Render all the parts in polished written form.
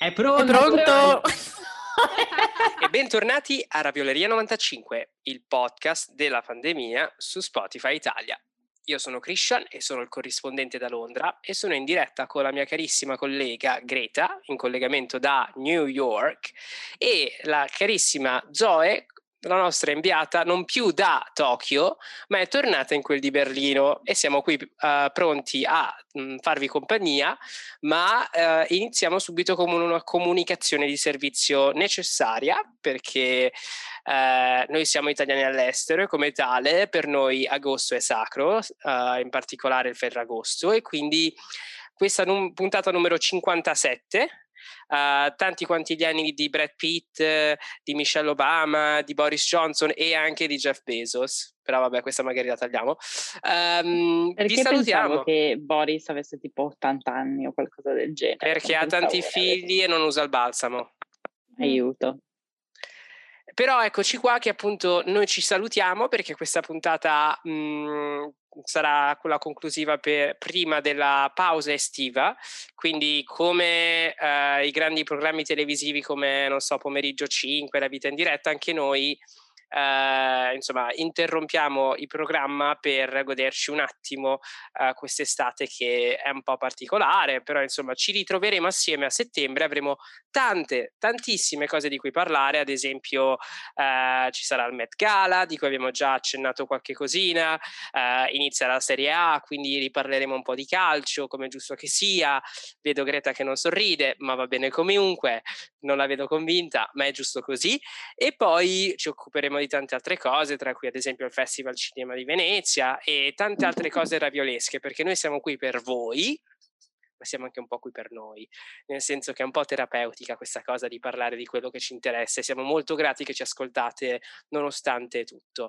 È pronto? È pronto? E bentornati a Ravioleria 95, il podcast della pandemia su Spotify Italia. Io sono Christian e sono il corrispondente da Londra e sono in diretta con la mia carissima collega Greta, in collegamento da New York, e la carissima Zoe, la nostra inviata non più da Tokyo, ma è tornata in quel di Berlino, e siamo qui pronti a farvi compagnia, ma iniziamo subito con una comunicazione di servizio necessaria, perché noi siamo italiani all'estero e come tale per noi agosto è sacro, in particolare il Ferragosto, e quindi questa puntata numero 57, tanti quanti gli anni di Brad Pitt, di Michelle Obama, di Boris Johnson e anche di Jeff Bezos, però vabbè, questa magari la tagliamo. Perché vi salutiamo. pensavo che Boris avesse tipo 80 anni o qualcosa del genere. Perché ha tanti figli e non usa il balsamo. Aiuto. Però eccoci qua che appunto noi ci salutiamo, perché questa puntata sarà quella conclusiva prima della pausa estiva, quindi come i grandi programmi televisivi come, non so, Pomeriggio 5, La vita in diretta, anche noi insomma interrompiamo il programma per goderci un attimo quest'estate, che è un po' particolare, però insomma ci ritroveremo assieme a settembre. Avremo tantissime cose di cui parlare, ad esempio ci sarà il Met Gala, di cui abbiamo già accennato qualche cosina, inizia la Serie A, quindi riparleremo un po' di calcio, come è giusto che sia. Vedo Greta che non sorride, ma va bene comunque, non la vedo convinta, ma è giusto così. E poi ci occuperemo di tante altre cose, tra cui ad esempio il Festival Cinema di Venezia e tante altre cose raviolesche, perché noi siamo qui per voi, ma siamo anche un po' qui per noi, nel senso che è un po' terapeutica questa cosa di parlare di quello che ci interessa, e siamo molto grati che ci ascoltate nonostante tutto.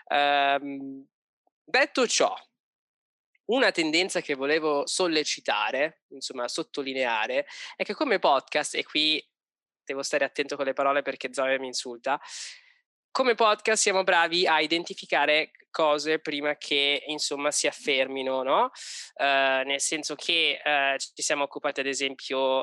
Detto ciò, una tendenza che volevo sollecitare, insomma sottolineare, è che come podcast, e qui devo stare attento con le parole perché Zoe mi insulta, come podcast siamo bravi a identificare cose prima che insomma si affermino, no? Nel senso che ci siamo occupati ad esempio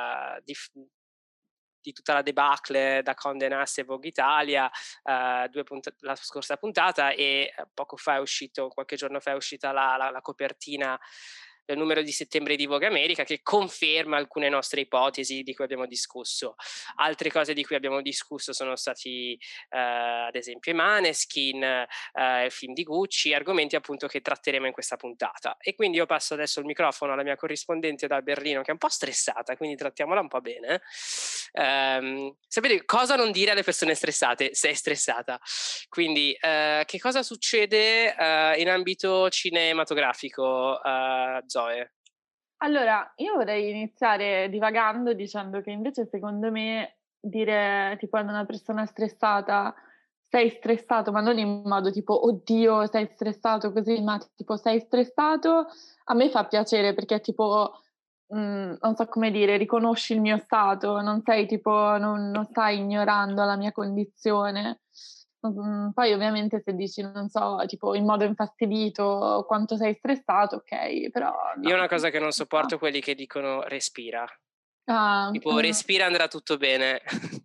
di tutta la debacle da Condé Nast e Vogue Italia, la scorsa puntata, e poco fa qualche giorno fa è uscita la copertina del numero di settembre di Vogue America, che conferma alcune nostre ipotesi di cui abbiamo discusso. Altre cose di cui abbiamo discusso sono stati ad esempio i Maneskin, il film di Gucci, argomenti appunto che tratteremo in questa puntata. E quindi io passo adesso il microfono alla mia corrispondente da Berlino, che è un po' stressata, quindi trattiamola un po' bene. Sapete cosa non dire alle persone stressate? Sei stressata. Quindi che cosa succede in ambito cinematografico, Zoe? Allora, io vorrei iniziare divagando dicendo che invece secondo me dire tipo ad una persona stressata sei stressato, ma non in modo tipo oddio sei stressato così, ma tipo sei stressato, a me fa piacere perché tipo non so come dire, riconosci il mio stato, non sei tipo, non stai ignorando la mia condizione. Poi ovviamente se dici, non so, tipo in modo infastidito quanto sei stressato, ok, però no. Io una cosa che non sopporto è quelli che dicono respira. Tipo respira, andrà tutto bene.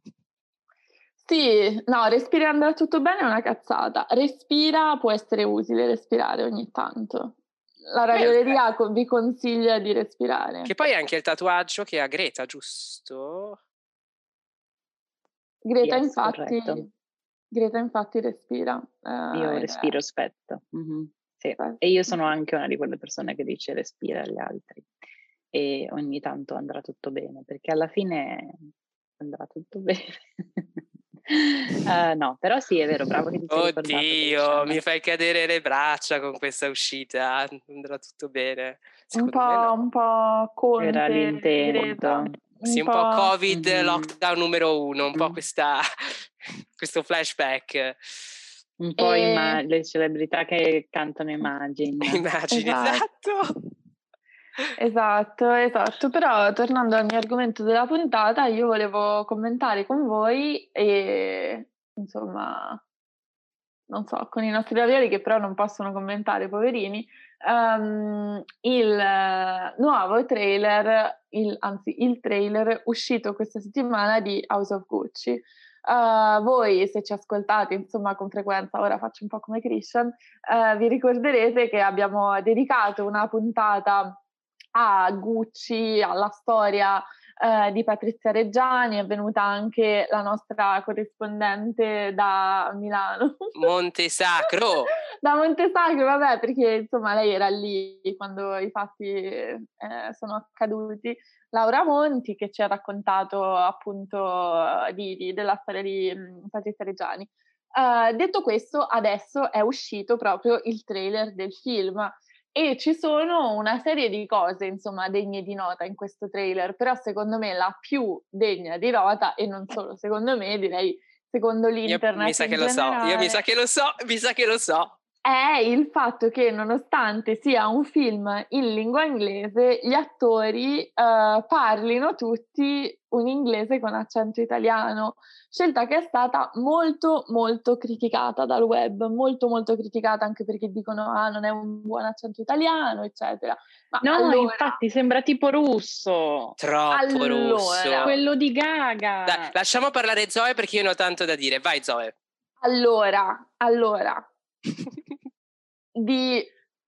Sì, no, respira andrà tutto bene è una cazzata. Respira può essere utile respirare ogni tanto. La ravioleria vi consiglia di respirare. Che poi è anche il tatuaggio che ha Greta, giusto? Greta, Yes, infatti, corretto. Greta infatti respira. Io respiro, aspetta. Sì. E io sono anche una di quelle persone che dice respira agli altri. E ogni tanto andrà tutto bene, perché alla fine andrà tutto bene. No, però sì, è vero, bravo che ti sei ricordato. Oddio, mi fai cadere le braccia con questa uscita, andrà tutto bene. Secondo me no. Un po' Conte, Era l'intento. Greta. Sì, un po' Covid, lockdown numero 1, un po' questo flashback. Un po' le celebrità che cantano Imagine. Immagini, esatto. Esatto, però tornando al mio argomento della puntata, io volevo commentare con voi e insomma non so, con i nostri ravioli che però non possono commentare, poverini, il nuovo trailer, il trailer uscito questa settimana di House of Gucci. Voi se ci ascoltate insomma con frequenza, ora faccio un po' come Christian, vi ricorderete che abbiamo dedicato una puntata a Gucci, alla storia di Patrizia Reggiani, è venuta anche la nostra corrispondente da Milano. Montesacro! Da Montesacro, vabbè, perché insomma lei era lì quando i fatti sono accaduti. Laura Monti, che ci ha raccontato appunto della storia di Patrizia Reggiani. Detto questo, adesso è uscito proprio il trailer del film. E ci sono una serie di cose, insomma, degne di nota in questo trailer, però secondo me la più degna di nota, e non solo secondo me, direi secondo l'internet Mi sa in che lo so, generale, mi sa che lo so. è il fatto che nonostante sia un film in lingua inglese, gli attori parlino tutti un inglese con accento italiano, scelta che è stata molto molto criticata dal web, molto molto criticata anche perché dicono non è un buon accento italiano, eccetera. Ma No, allora, infatti sembra tipo russo. Troppo russo. Quello di Gaga. Dai, lasciamo parlare Zoe perché io ne ho tanto da dire. Vai Zoe. Allora, di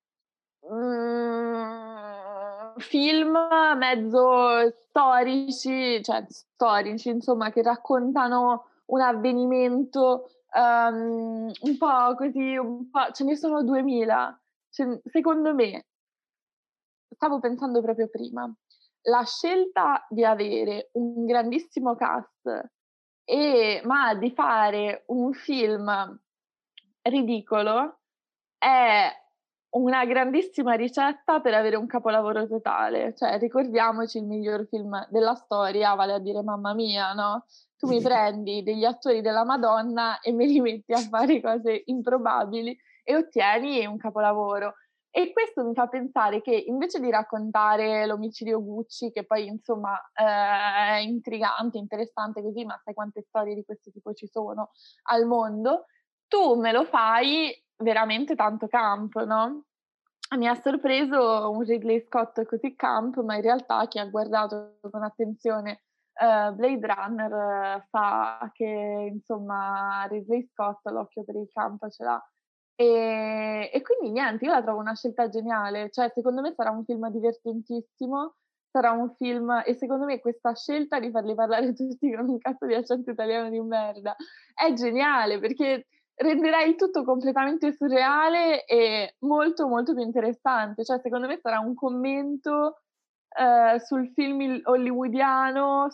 film mezzo storici, insomma, che raccontano un avvenimento un po' così, ce ne sono 2000. Secondo me, stavo pensando proprio prima, la scelta di avere un grandissimo cast ma di fare un film ridicolo è una grandissima ricetta per avere un capolavoro totale. Cioè, ricordiamoci il miglior film della storia, vale a dire Mamma Mia, no? Tu mi prendi degli attori della Madonna e me li metti a fare cose improbabili e ottieni un capolavoro. E questo mi fa pensare che invece di raccontare l'omicidio Gucci, che poi insomma è intrigante, interessante così, ma sai quante storie di questo tipo ci sono al mondo, tu me lo fai veramente tanto camp, no? Mi ha sorpreso un Ridley Scott così camp, ma in realtà chi ha guardato con attenzione Blade Runner sa che insomma Ridley Scott l'occhio per il camp ce l'ha. E quindi niente, io la trovo una scelta geniale, cioè secondo me sarà un film divertentissimo, sarà un film, e secondo me questa scelta di farli parlare tutti con un cazzo di accento italiano di merda è geniale, perché renderà il tutto completamente surreale e molto molto più interessante, cioè secondo me sarà un commento sul film hollywoodiano,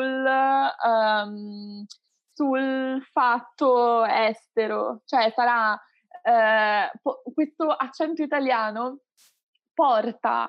sul fatto estero, cioè sarà questo accento italiano porta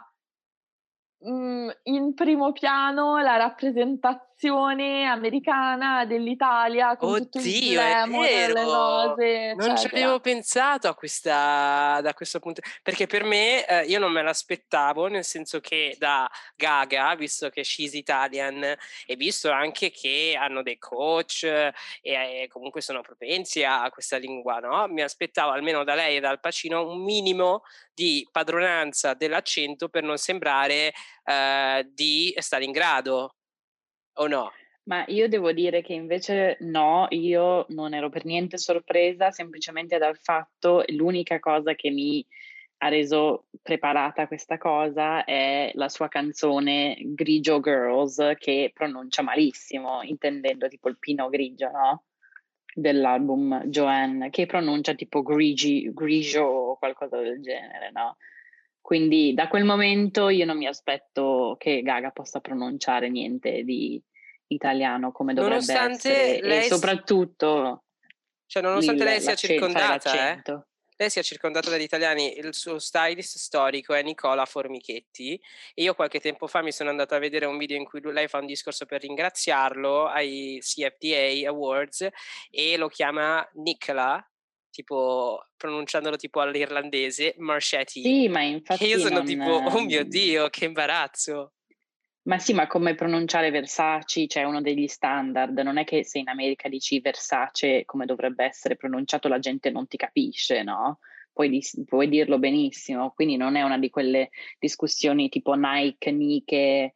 in primo piano la rappresentazione americana dell'Italia con tutto il Oddio, è glamour, le vero! cose, Non ci eccetera. avevo pensato da questo punto, perché per me io non me l'aspettavo, nel senso che da Gaga, visto che she's Italian, e visto anche che hanno dei coach e comunque sono propensi a questa lingua, no? Mi aspettavo almeno da lei e dal Pacino un minimo di padronanza dell'accento per non sembrare di Stalingrado, o no? Ma io devo dire che invece no, io non ero per niente sorpresa, semplicemente dal fatto, l'unica cosa che mi ha reso preparata a questa cosa è la sua canzone Grigio Girls, che pronuncia malissimo, intendendo tipo il pino grigio, no? Dell'album Joanne, che pronuncia tipo grigio o qualcosa del genere, no? Quindi da quel momento io non mi aspetto che Gaga possa pronunciare niente di italiano come dovrebbe Nonostante essere, e soprattutto nonostante lei sia fare circondata, l'accento. lei sia circondata dagli italiani, il suo stylist storico è Nicola Formichetti, e io qualche tempo fa mi sono andata a vedere un video in cui lei fa un discorso per ringraziarlo ai CFDA Awards e lo chiama Nicola, tipo pronunciandolo tipo all'irlandese, Marchetti, Sì, ma che io infatti sono non... tipo, oh mio Dio, che imbarazzo. Ma sì, ma come pronunciare Versace, cioè uno degli standard, non è che se in America dici Versace come dovrebbe essere pronunciato la gente non ti capisce, no? Puoi dirlo benissimo, quindi non è una di quelle discussioni tipo Nike,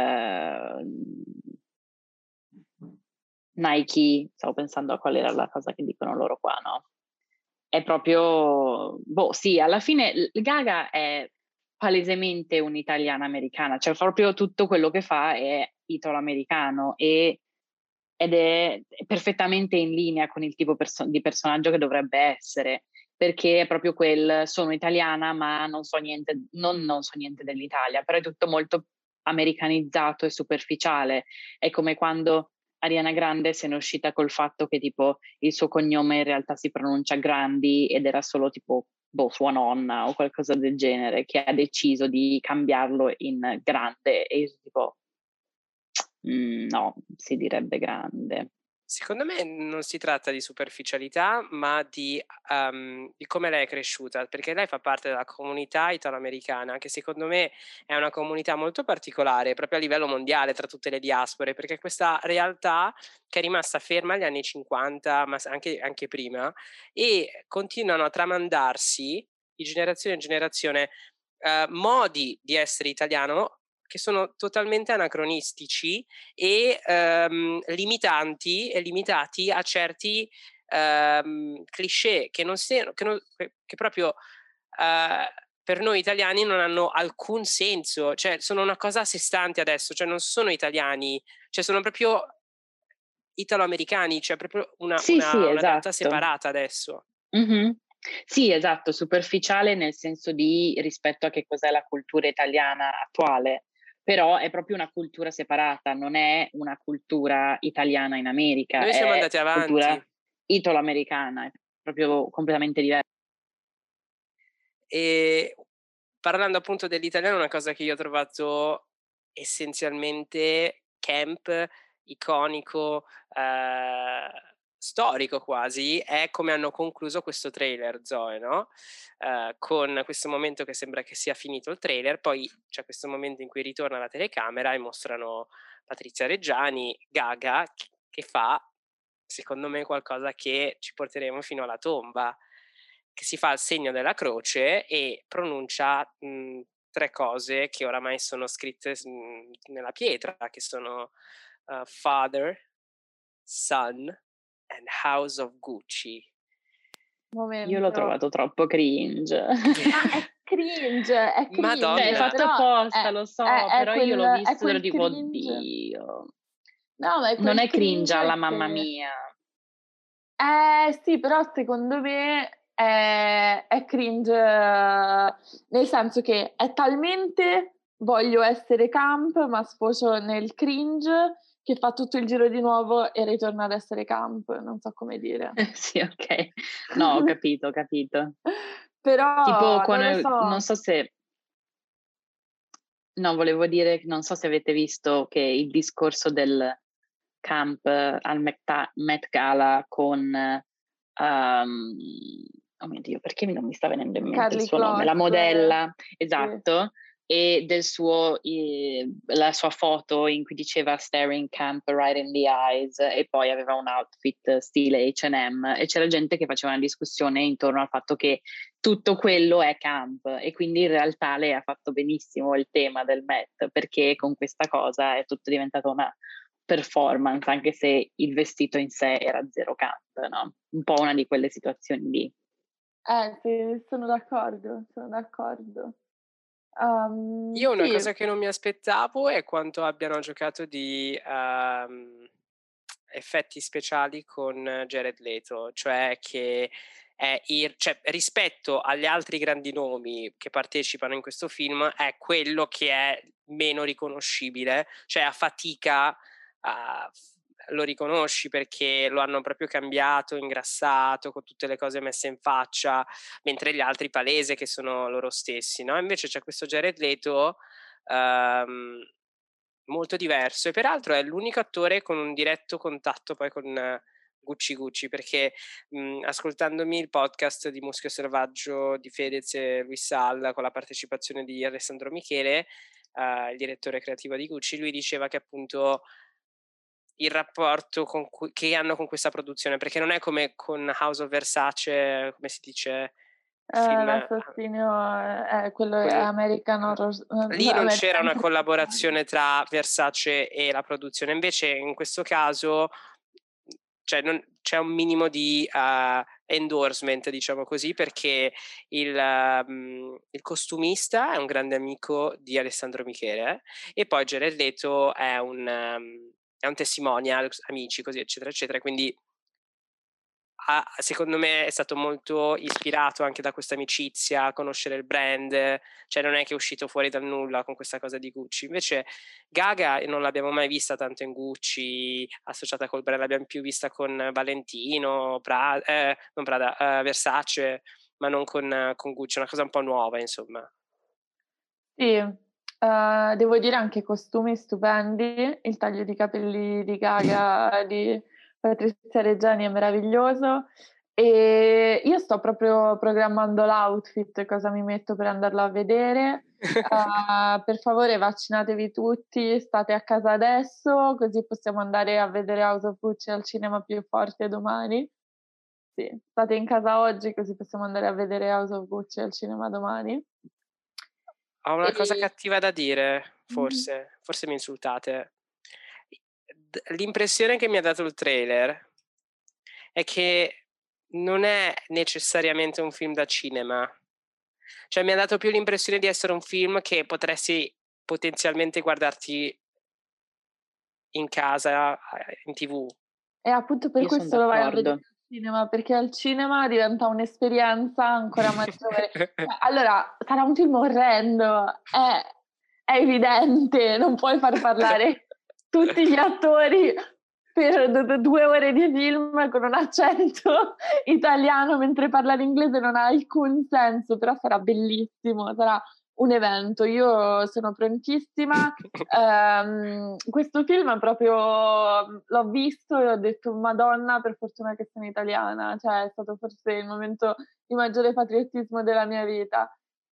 Nike, stavo pensando a qual era la cosa che dicono loro qua, no? È proprio, sì, alla fine Gaga è palesemente un'italiana americana, cioè proprio tutto quello che fa è italo-americano ed è perfettamente in linea con il tipo di personaggio che dovrebbe essere, perché è proprio sono italiana ma non so niente, non so niente dell'Italia, però è tutto molto americanizzato e superficiale. È come quando Ariana Grande se n'è uscita col fatto che tipo il suo cognome in realtà si pronuncia Grandi ed era solo tipo sua nonna o qualcosa del genere che ha deciso di cambiarlo in Grande e io tipo no, si direbbe Grande. Secondo me non si tratta di superficialità, ma di come lei è cresciuta, perché lei fa parte della comunità italoamericana, che secondo me è una comunità molto particolare, proprio a livello mondiale, tra tutte le diaspore, perché questa realtà che è rimasta ferma agli anni 50, ma anche prima, e continuano a tramandarsi di generazione in generazione modi di essere italiano che sono totalmente anacronistici e limitanti e limitati a certi cliché che proprio per noi italiani non hanno alcun senso, cioè sono una cosa a sé stante adesso, cioè non sono italiani, cioè sono proprio italo-americani, cioè proprio Sì, una realtà esatto. separata adesso. Mm-hmm. Sì, esatto, superficiale nel senso di rispetto a che cos'è la cultura italiana attuale, però è proprio una cultura separata, non è una cultura italiana in America, Noi siamo è andati cultura avanti. italo-americana, è proprio completamente diversa. E parlando appunto dell'italiano, una cosa che io ho trovato essenzialmente camp, iconico, storico quasi, è come hanno concluso questo trailer, Zoe, no? Con questo momento che sembra che sia finito il trailer, poi c'è questo momento in cui ritorna la telecamera e mostrano Patrizia Reggiani, Gaga, che fa, secondo me, qualcosa che ci porteremo fino alla tomba, che si fa il segno della croce e pronuncia 3 cose che oramai sono scritte nella pietra, che sono Father, Son and House of Gucci. Io l'ho trovato troppo cringe. Ma è cringe, è cringe. Madonna. Cioè, è fatto apposta, lo so, però io l'ho visto e ero tipo, cringe. oddio. No, ma è Non è cringe alla che... mamma mia. Sì, però secondo me è cringe, nel senso che è talmente voglio essere camp, ma sfocio nel cringe, che fa tutto il giro di nuovo e ritorna ad essere camp, non so come dire. Sì, ok. No, ho capito. Però Tipo, non lo so. non so se... No, volevo dire, non so se avete visto che il discorso del camp al Met Gala con... oh mio Dio, perché non mi sta venendo in mente il Karlie suo nome? La Kloss, modella, sì. esatto, e la sua foto in cui diceva staring camp right in the eyes e poi aveva un outfit stile H&M e c'era gente che faceva una discussione intorno al fatto che tutto quello è camp e quindi in realtà lei ha fatto benissimo il tema del Met perché con questa cosa è tutto diventato una performance anche se il vestito in sé era zero camp, no? Un po' una di quelle situazioni lì. Sì, sono d'accordo. Io una Sì. cosa che non mi aspettavo è quanto abbiano giocato di effetti speciali con Jared Leto, cioè che cioè, rispetto agli altri grandi nomi che partecipano in questo film è quello che è meno riconoscibile, cioè a fatica lo riconosci perché lo hanno proprio cambiato, ingrassato, con tutte le cose messe in faccia, mentre gli altri palese che sono loro stessi, no? Invece c'è questo Jared Leto molto diverso e peraltro è l'unico attore con un diretto contatto poi con Gucci perché ascoltandomi il podcast di Muschio Selvaggio di Fedez e Luis Salla con la partecipazione di Alessandro Michele il direttore creativo di Gucci, lui diceva che appunto il rapporto che hanno con questa produzione, perché non è come con House of Versace, come si dice, film, l'assassinio è quello è American Horror. lì non c'era una American collaborazione tra Versace e la produzione, invece in questo caso c'è un minimo di endorsement, diciamo così, perché il costumista è un grande amico di Alessandro Michele e poi Jared Leto è un testimonial, amici, così eccetera eccetera, quindi secondo me è stato molto ispirato anche da questa amicizia, a conoscere il brand, cioè non è che è uscito fuori dal nulla con questa cosa di Gucci. Invece Gaga non l'abbiamo mai vista tanto in Gucci, associata col brand, l'abbiamo più vista con Valentino, non Prada, Versace, ma non con Gucci, è una cosa un po' nuova, insomma. Sì, devo dire anche costumi stupendi, il taglio di capelli di Gaga di Patrizia Reggiani è meraviglioso e io sto proprio programmando l'outfit, cosa mi metto per andarlo a vedere. Per favore vaccinatevi tutti, state a casa adesso, così possiamo andare a vedere House of Gucci al cinema più forte domani. Sì, state in casa oggi, così possiamo andare a vedere House of Gucci al cinema domani. Ho una cosa cattiva da dire, Mh-mh. forse mi insultate. L'impressione che mi ha dato il trailer è che non è necessariamente un film da cinema. Cioè mi ha dato più l'impressione di essere un film che potresti potenzialmente guardarti in casa, in TV. E appunto per Io son questo lo vai a vedere d'accordo. al cinema, perché al cinema diventa un'esperienza ancora maggiore. Allora, sarà un film orrendo, è evidente, non puoi far parlare tutti gli attori per 2 ore di film con un accento italiano mentre parlare inglese non ha alcun senso, però sarà bellissimo, sarà un evento. Io sono prontissima. Questo film proprio l'ho visto e ho detto Madonna, per fortuna che sono italiana, cioè è stato forse il momento di maggiore patriottismo della mia vita.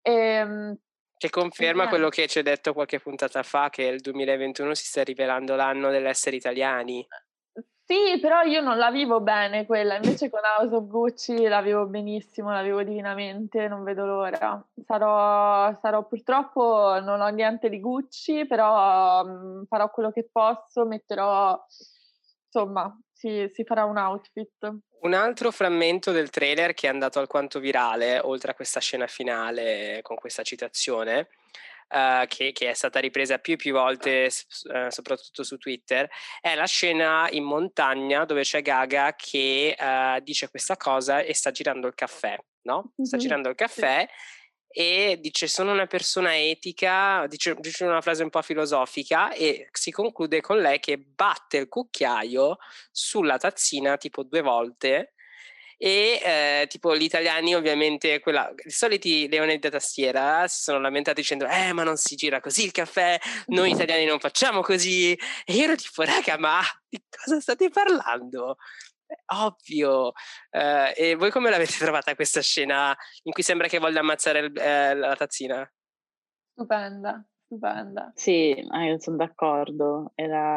Che conferma quello che ci hai detto qualche puntata fa, che il 2021 si sta rivelando l'anno dell'essere italiani. Sì, però io non la vivo bene quella, invece con House of Gucci la vivo benissimo, la vivo divinamente, non vedo l'ora. Sarò purtroppo non ho niente di Gucci, però farò quello che posso, metterò insomma, si farà un outfit. Un altro frammento del trailer che è andato alquanto virale, oltre a questa scena finale con questa citazione, che è stata ripresa più e più volte, soprattutto su Twitter, è la scena in montagna dove c'è Gaga che dice questa cosa e sta girando il caffè, no? Sta girando il caffè e dice sono una persona etica, dice una frase un po' filosofica e si conclude con lei che batte il cucchiaio sulla tazzina tipo 2 volte e tipo gli italiani ovviamente i soliti leoni da tastiera si sono lamentati dicendo ma non si gira così il caffè, noi italiani non facciamo così e io ero tipo raga ma di cosa state parlando? Ovvio. E voi come l'avete trovata questa scena in cui sembra che voglia ammazzare la tazzina? Stupenda, stupenda. Sì, io son d'accordo.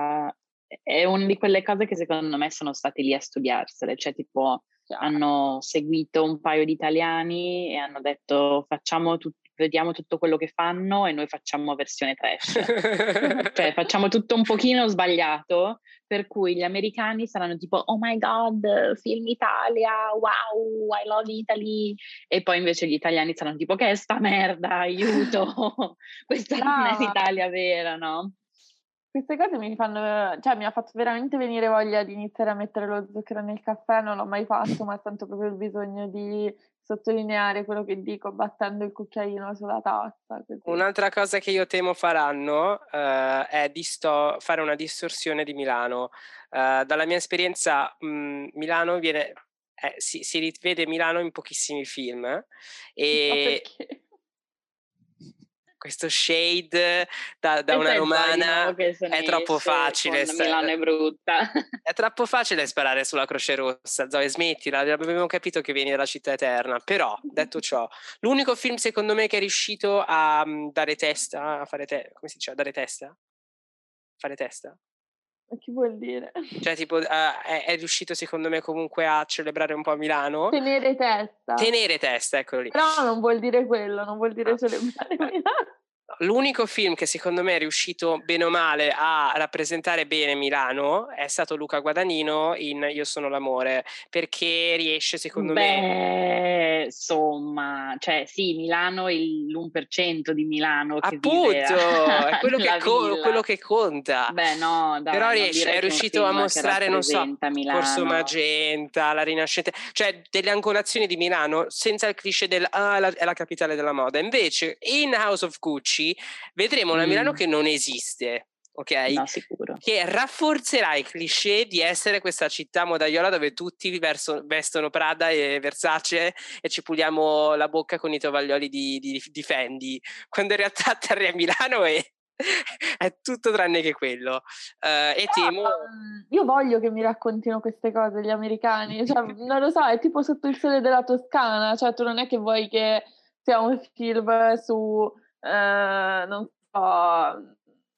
È una di quelle cose che secondo me sono stati lì a studiarsele, cioè tipo hanno seguito un paio di italiani e hanno detto vediamo tutto quello che fanno e noi facciamo versione trash. Cioè facciamo tutto un pochino sbagliato, per cui gli americani saranno tipo oh my god, film Italia, wow, I love Italy, e poi invece gli italiani saranno tipo che è sta merda, aiuto, questa non è l'Italia vera, no? Queste cose mi ha fatto veramente venire voglia di iniziare a mettere lo zucchero nel caffè, non l'ho mai fatto, ma sento proprio il bisogno di sottolineare quello che dico battendo il cucchiaino sulla tazza. Così. Un'altra cosa che io temo faranno è fare una distorsione di Milano. Dalla mia esperienza Milano si rivede Milano in pochissimi film Ma e perché? questo shade da Questo una è romana, che se è ne troppo esce facile. con Milano è brutta. È troppo facile sparare sulla Croce Rossa, Zoe, smettila, abbiamo capito che vieni dalla città eterna. Però, detto ciò, l'unico film secondo me che è riuscito a dare testa, come si dice, a dare testa? Fare testa? Che vuol dire? Cioè, tipo, è riuscito secondo me comunque a celebrare un po' Milano. Tenere testa. Tenere testa, eccolo lì. Però non vuol dire quello, non vuol dire celebrare Milano. L'unico film che secondo me è riuscito bene o male a rappresentare bene Milano è stato Luca Guadagnino in Io sono l'amore, perché riesce secondo me... Insomma, cioè sì, Milano è l'1% di Milano che vive Appunto, è quello villa. che conta. Beh no, dai, Però non direi è che è un riuscito a film che mostrare, non so, rappresenta Corso Milano. Magenta, la Rinascente, cioè delle angolazioni di Milano senza il cliché è la capitale della moda. Invece in House of Gucci vedremo una Milano che non esiste, ok? No, sicuro. Che rafforzerà i cliché di essere questa città modaiola dove tutti vestono Prada e Versace e ci puliamo la bocca con i tovaglioli di Fendi, quando in realtà atterri a Milano e è tutto tranne che quello. E temo... Io voglio che mi raccontino queste cose gli americani, cioè, non lo so, è tipo Sotto il sole della Toscana, cioè tu non è che vuoi che sia un film su, non so,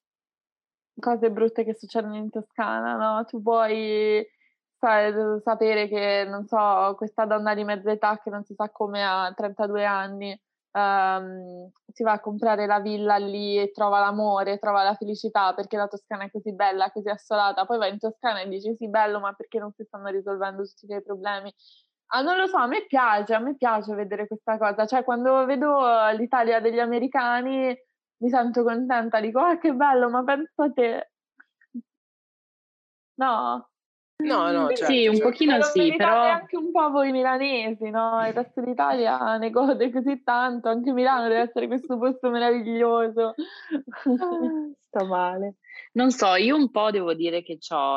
cose brutte che succedono in Toscana, no? Tu vuoi sapere che, non so, questa donna di mezza età che non si sa come ha 32 anni, si va a comprare la villa lì e trova l'amore, trova la felicità perché la Toscana è così bella, così assolata, poi va in Toscana e dici sì, bello, ma perché non si stanno risolvendo tutti i tuoi problemi? Ah, non lo so, a me piace vedere questa cosa, cioè quando vedo l'Italia degli americani mi sento contenta, dico ah che bello, ma pensa a te. No? No, Sì, un pochino non sì, meritate però anche un po' voi milanesi, no? Il resto d'Italia ne gode così tanto, anche Milano deve essere questo posto meraviglioso. sto male. Non so, io un po' devo dire che ho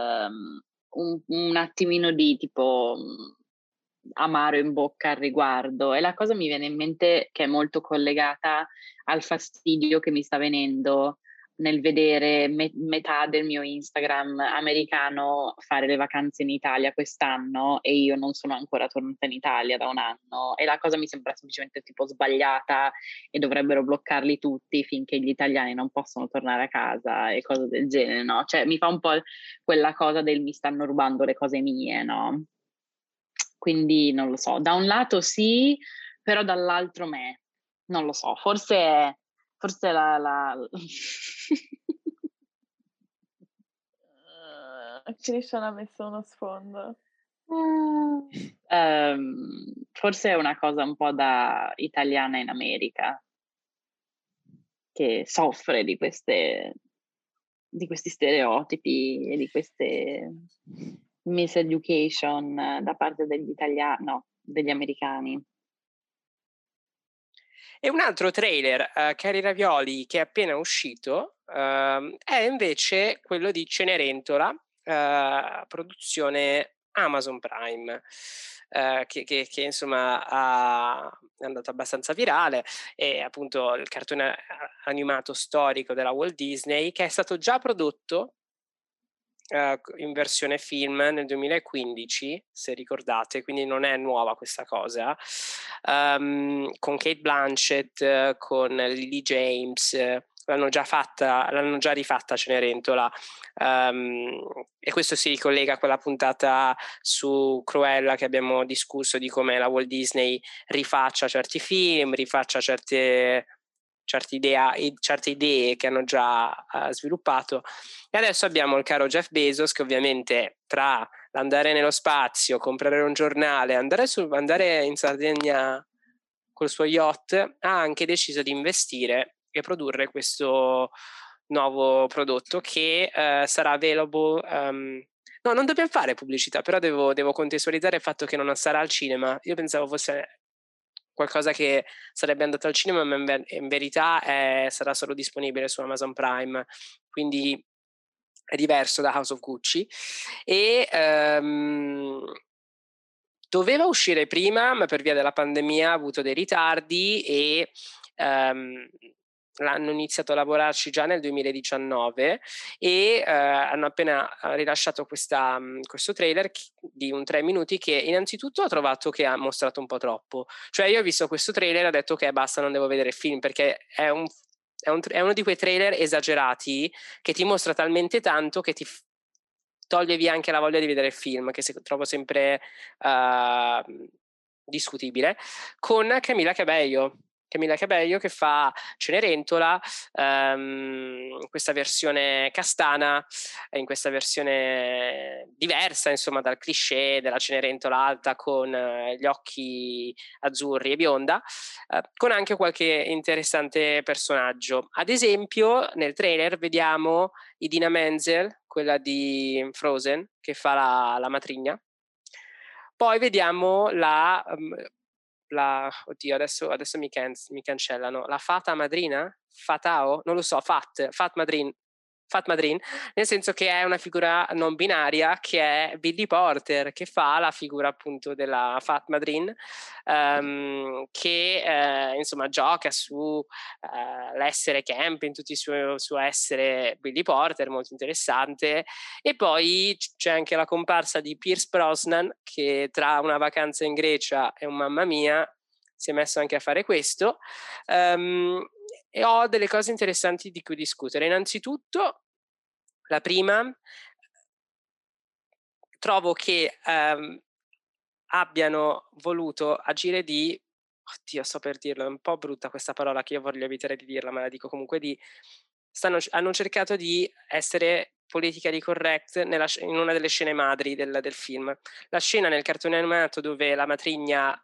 un attimino di tipo amaro in bocca al riguardo, e la cosa mi viene in mente che è molto collegata al fastidio che mi sta venendo nel vedere metà del mio Instagram americano fare le vacanze in Italia quest'anno e io non sono ancora tornata in Italia da un anno, e la cosa mi sembra semplicemente tipo sbagliata e dovrebbero bloccarli tutti finché gli italiani non possono tornare a casa e cose del genere, no? Cioè mi fa un po' quella cosa del mi stanno rubando le cose mie, no? Quindi non lo so, da un lato sì, però dall'altro me, non lo so, forse la... Christian ha messo uno sfondo. Forse è una cosa un po' da italiana in America, che soffre di questi stereotipi e di queste miseducation da parte degli italiani, no, degli americani. E un altro trailer, Cari Ravioli, che è appena uscito, è invece quello di Cenerentola, produzione Amazon Prime, che insomma è andato abbastanza virale, è appunto il cartone animato storico della Walt Disney, che è stato già prodotto in versione film nel 2015, se ricordate, quindi non è nuova questa cosa, con Kate Blanchett, con Lily James, l'hanno già rifatta Cenerentola, e questo si ricollega a quella puntata su Cruella che abbiamo discusso, di come la Walt Disney rifaccia certi film, rifaccia certe idee che hanno già sviluppato. E adesso abbiamo il caro Jeff Bezos, che ovviamente tra l'andare nello spazio, comprare un giornale, andare in Sardegna col suo yacht, ha anche deciso di investire e produrre questo nuovo prodotto che sarà available. No, non dobbiamo fare pubblicità, però devo contestualizzare il fatto che non sarà al cinema. Io pensavo fosse qualcosa che sarebbe andato al cinema, ma in verità sarà solo disponibile su Amazon Prime, quindi è diverso da House of Gucci. E doveva uscire prima, ma per via della pandemia ha avuto dei ritardi e hanno iniziato a lavorarci già nel 2019 e hanno appena rilasciato questo trailer di un 3 minuti che innanzitutto ho trovato che ha mostrato un po' troppo. Cioè io ho visto questo trailer e ho detto ok, basta, non devo vedere il film, perché è uno di quei trailer esagerati che ti mostra talmente tanto che ti toglie via anche la voglia di vedere il film, che trovo sempre discutibile, con Camila Cabello che fa Cenerentola, questa versione castana, in questa versione diversa insomma dal cliché della Cenerentola alta con gli occhi azzurri e bionda, con anche qualche interessante personaggio. Ad esempio nel trailer vediamo Idina Menzel, quella di Frozen, che fa la matrigna. Poi vediamo oddio, adesso mi cancellano. La fata madrina? Fatao? Non lo so, Fat Madrin, nel senso che è una figura non binaria che è Billy Porter, che fa la figura appunto della Fat Madrin, che insomma gioca su l'essere camp in tutti il suo essere Billy Porter, molto interessante. E poi c'è anche la comparsa di Pierce Brosnan, che tra una vacanza in Grecia e un Mamma Mia si è messo anche a fare questo. E ho delle cose interessanti di cui discutere. Innanzitutto, la prima, trovo che abbiano voluto agire di, oddio, sto per dirlo, è un po' brutta questa parola che io voglio evitare di dirla, ma la dico comunque, hanno cercato di essere politically correct in una delle scene madri del film. La scena nel cartone animato dove la matrigna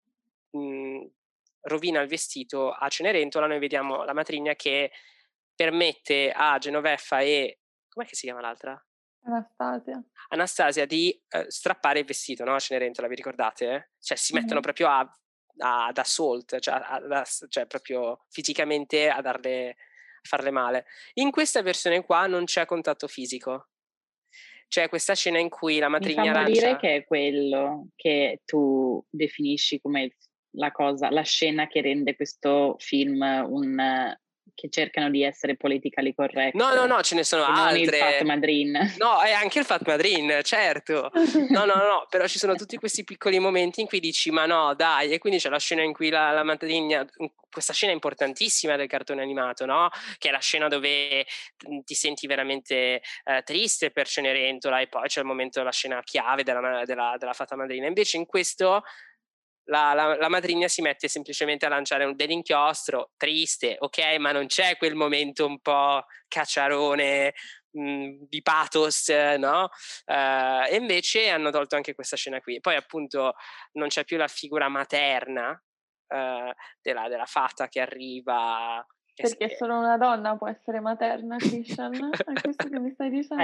rovina il vestito a Cenerentola, noi vediamo la matrigna che permette a Genoveffa e com'è che si chiama l'altra? Anastasia di strappare il vestito, no? A Cenerentola, vi ricordate? Cioè si mettono proprio ad assault, cioè proprio fisicamente a farle male. In questa versione qua non c'è contatto fisico. C'è questa scena in cui la matrigna lancia... Mi fa morire che è quello che tu definisci come la scena che rende questo film che cercano di essere politically correct. No, ce ne sono altre. Non il Fat Madrin. No, è anche il Fat Madrin, certo. No, però ci sono tutti questi piccoli momenti in cui dici ma no, dai, e quindi c'è la scena in cui la matrigna, questa scena importantissima del cartone animato, no? Che è la scena dove ti senti veramente triste per Cenerentola e poi c'è il momento, la scena chiave della Fata Madrina. Invece in questo la matrigna si mette semplicemente a lanciare dell'inchiostro, triste, ok, ma non c'è quel momento un po' cacciarone di pathos, no? E invece hanno tolto anche questa scena qui. Poi appunto non c'è più la figura materna della fata che arriva. Perché solo una donna può essere materna, Christian? È questo che mi stai dicendo?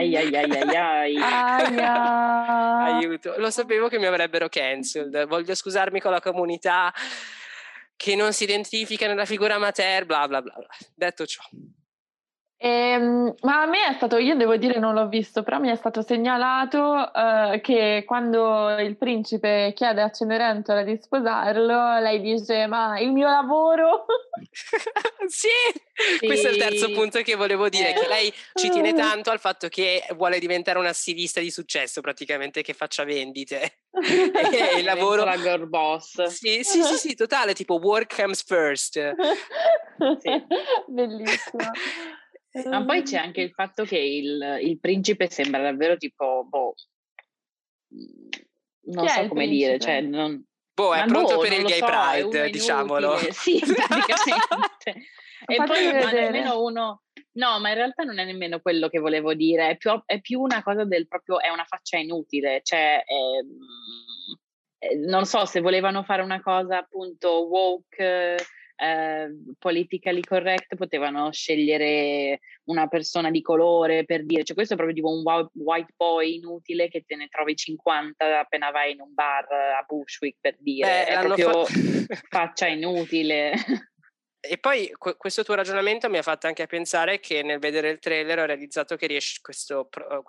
Aiuto, lo sapevo che mi avrebbero cancelled. Voglio scusarmi con la comunità che non si identifica nella figura materna, bla bla bla. Detto ciò. Ma a me è stato, io devo dire non l'ho visto, però mi è stato segnalato che quando il principe chiede a Cenerentola di sposarlo, lei dice ma il mio lavoro... Sì, questo è il terzo punto che volevo dire, che lei ci tiene tanto al fatto che vuole diventare una stilista di successo, praticamente, che faccia vendite. E il lavoro... la girl boss. Sì, totale, tipo work comes first. Sì. Bellissima. Ma poi c'è anche il fatto che il principe sembra davvero tipo, non so come dire, cioè non... è pronto per il gay pride, diciamolo. Sì, praticamente. E poi nemmeno uno... No, ma in realtà non è nemmeno quello che volevo dire, è più una cosa del proprio, è una faccia inutile, cioè... non so, se volevano fare una cosa appunto woke, politically correct, potevano scegliere una persona di colore per dire, cioè questo è proprio tipo un white boy inutile che te ne trovi 50 appena vai in un bar a Bushwick, per dire. È proprio faccia inutile. E poi questo tuo ragionamento mi ha fatto anche pensare che nel vedere il trailer ho realizzato che questo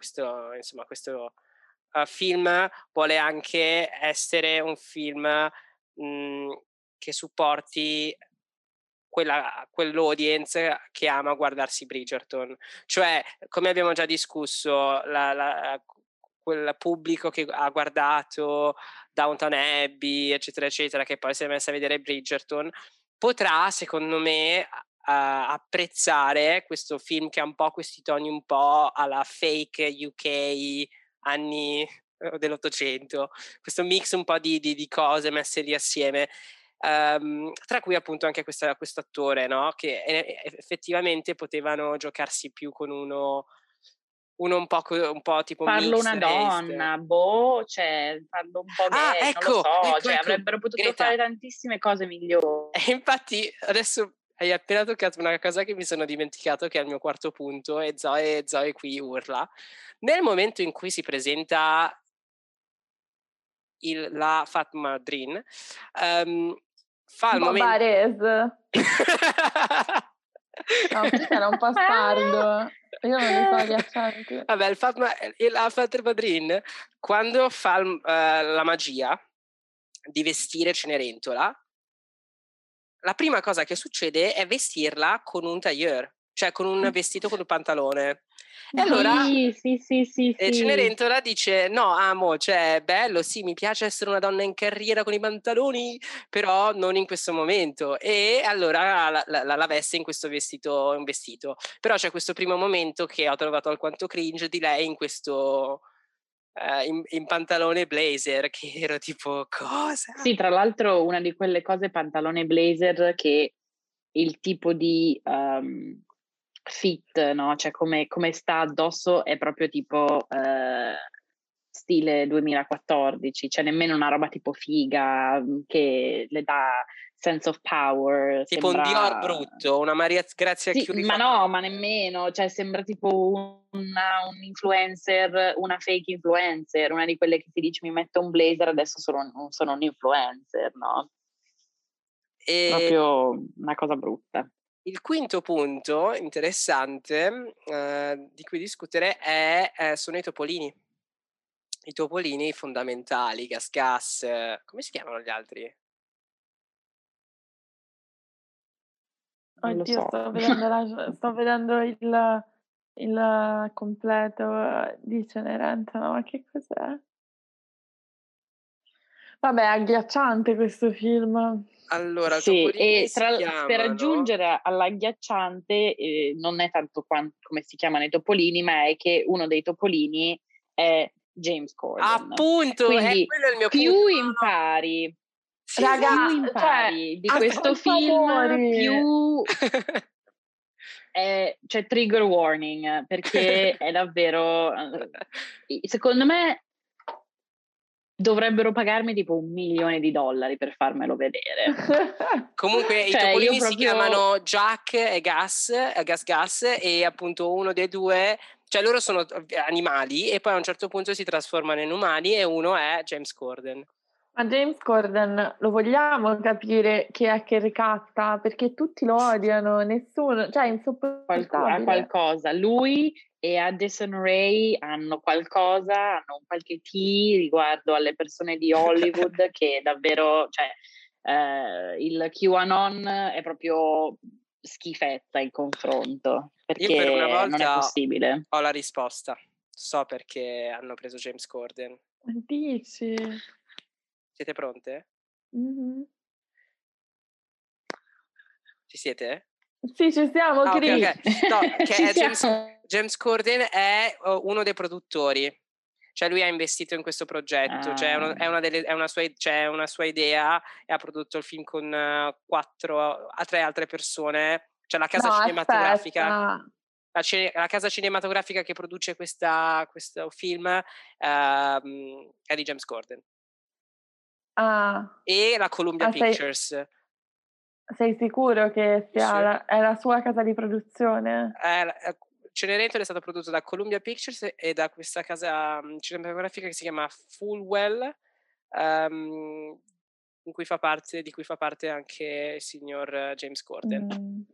film vuole anche essere un film che supporti quell'audience che ama guardarsi Bridgerton. Cioè, come abbiamo già discusso, quel pubblico che ha guardato Downton Abbey, eccetera, eccetera, che poi si è messa a vedere Bridgerton, potrà, secondo me, apprezzare questo film che ha un po' questi toni un po' alla fake UK anni dell'Ottocento, questo mix un po' di cose messe lì assieme. Tra cui appunto anche questo attore, no? Che effettivamente potevano giocarsi più con uno un po' tipo farlo una mixed race. donna, cioè farlo un po' gay, non lo ecco, so, ecco, cioè avrebbero potuto Greta, fare tantissime cose migliori. E infatti adesso hai appena toccato una cosa che mi sono dimenticato, che è il mio quarto punto, e Zoe qui urla. Nel momento in cui si presenta la Fatma Drin, fa il momento... Bares. No, perché era un bastardo. Io non li so gli accenti. Vabbè, la Fatma Drin, quando fa la magia di vestire Cenerentola, la prima cosa che succede è vestirla con un tailleur, cioè con un vestito con un pantalone. E allora Sì. Cenerentola dice: no, amo, cioè bello, sì, mi piace essere una donna in carriera con i pantaloni, però non in questo momento. E allora la veste in questo vestito, un vestito. Però c'è questo primo momento che ho trovato alquanto cringe di lei in questo in pantalone blazer, che ero tipo, cosa? Sì, tra l'altro una di quelle cose pantalone blazer che il tipo di fit, no? Cioè come sta addosso è proprio tipo stile 2014, cioè nemmeno una roba tipo figa che le dà sense of power, Tipo un Dior sembra... brutto, una Maria Grazia Sì, Chiuri ma fatta no, ma nemmeno, cioè sembra tipo un influencer, una fake influencer, una di quelle che ti dice mi metto un blazer, adesso sono un influencer, no? E Proprio una cosa brutta. il quinto punto interessante di cui discutere sono i topolini. I topolini fondamentali, Gas, come si chiamano gli altri? Non lo Oddio, so. sto vedendo il completo di Cenerentola, ma che cos'è? Vabbè, è agghiacciante questo film. Allora, Sì, topolini e si per chiamano... aggiungere all'agghiacciante, non è tanto come si chiamano i topolini, ma è che uno dei topolini è James Corden. Appunto, Quindi quello è il mio più punto. impari, Sì, Raga, più esatto. impari di cioè, questo film, ascoltatori. più c'è trigger warning, perché è davvero... secondo me dovrebbero pagarmi tipo $1 milione per farmelo vedere. Comunque i Cioè, io topolini si proprio... chiamano Jack e Gas, e appunto uno dei due, cioè loro sono animali e poi a un certo punto si trasformano in umani e uno è James Corden. Ma James Corden lo vogliamo capire chi è che ricatta? Perché tutti lo odiano, nessuno, cioè è ha insopportabile. qualcosa. Lui e Addison Rae hanno qualcosa, hanno un qualche tea riguardo alle persone di Hollywood che davvero, cioè, il QAnon è proprio schifezza in confronto, Io per una perché non è volta possibile. ho la risposta, so perché hanno preso James Corden. Dici? Siete pronte? Mhm. Ci siete? Sì, ci siamo, Ok. Cri. No, che Ci è siamo. James Corden è uno dei produttori. Cioè lui ha investito in questo progetto, cioè è una sua idea e ha prodotto il film con tre altre persone, cioè la casa No, cinematografica, aspetta. la casa cinematografica che produce questo film è di James Corden Ah, e la Columbia Pictures. sei sicuro che è la sua casa di produzione? Cenerentola è stato prodotto da Columbia Pictures e da questa casa cinematografica che si chiama Fullwell, di cui fa parte anche il signor James Corden.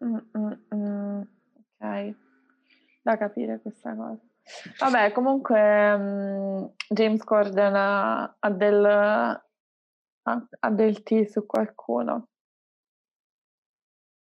Ok, da capire questa cosa. Vabbè, comunque James Corden ha del tea su qualcuno.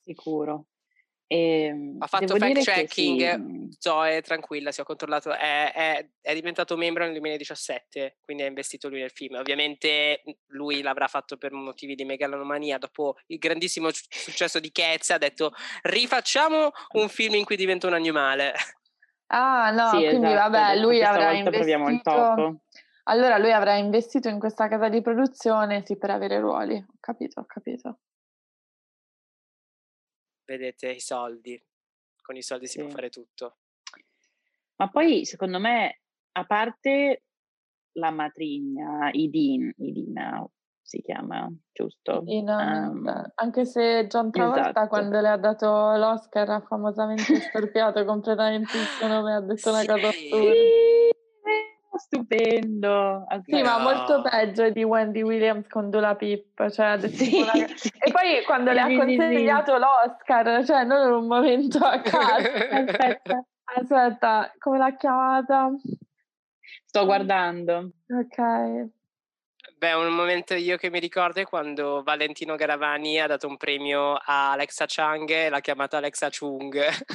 sicuro. Ha fatto Devo fact dire che checking, Zoe, tranquilla, si ho controllato, è diventato membro nel 2017, quindi ha investito lui nel film. Ovviamente lui l'avrà fatto per motivi di megalomania, dopo il grandissimo successo di Cats ha detto rifacciamo un film in cui diventa un animale. Ah no, sì, quindi esatto, vabbè, lui questa avrà volta proviamo il investito. top. Allora lui avrà investito in questa casa di produzione, sì, per avere ruoli. Ho capito. Vedete i soldi, con i soldi si può fare tutto. Ma poi secondo me, a parte la matrigna, Idina si chiama, giusto? Anche se John Travolta esatto. quando le ha dato l'Oscar ha famosamente storpiato completamente il suo nome, ha detto una cosa assurda. Stupendo. Sì, ma molto peggio di Wendy Williams con Dula Pip, cioè ha detto sì. E poi quando le ha consegnato l'Oscar, cioè non in un momento a caso. Aspetta, come l'ha chiamata? Sto guardando. Ok. Beh, un momento io che mi ricordo è quando Valentino Garavani ha dato un premio a Alexa Chung e l'ha chiamata Alexa Chung.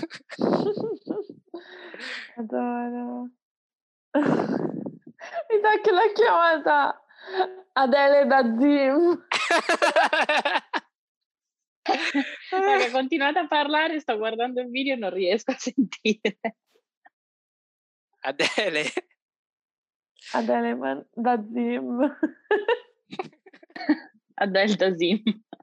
Adoro. Mi sa che l'ha chiamata Adele Dazeem. Raga, continuate a parlare, sto guardando il video e non riesco a sentire. Adele Dazeem. Adele Dazeem.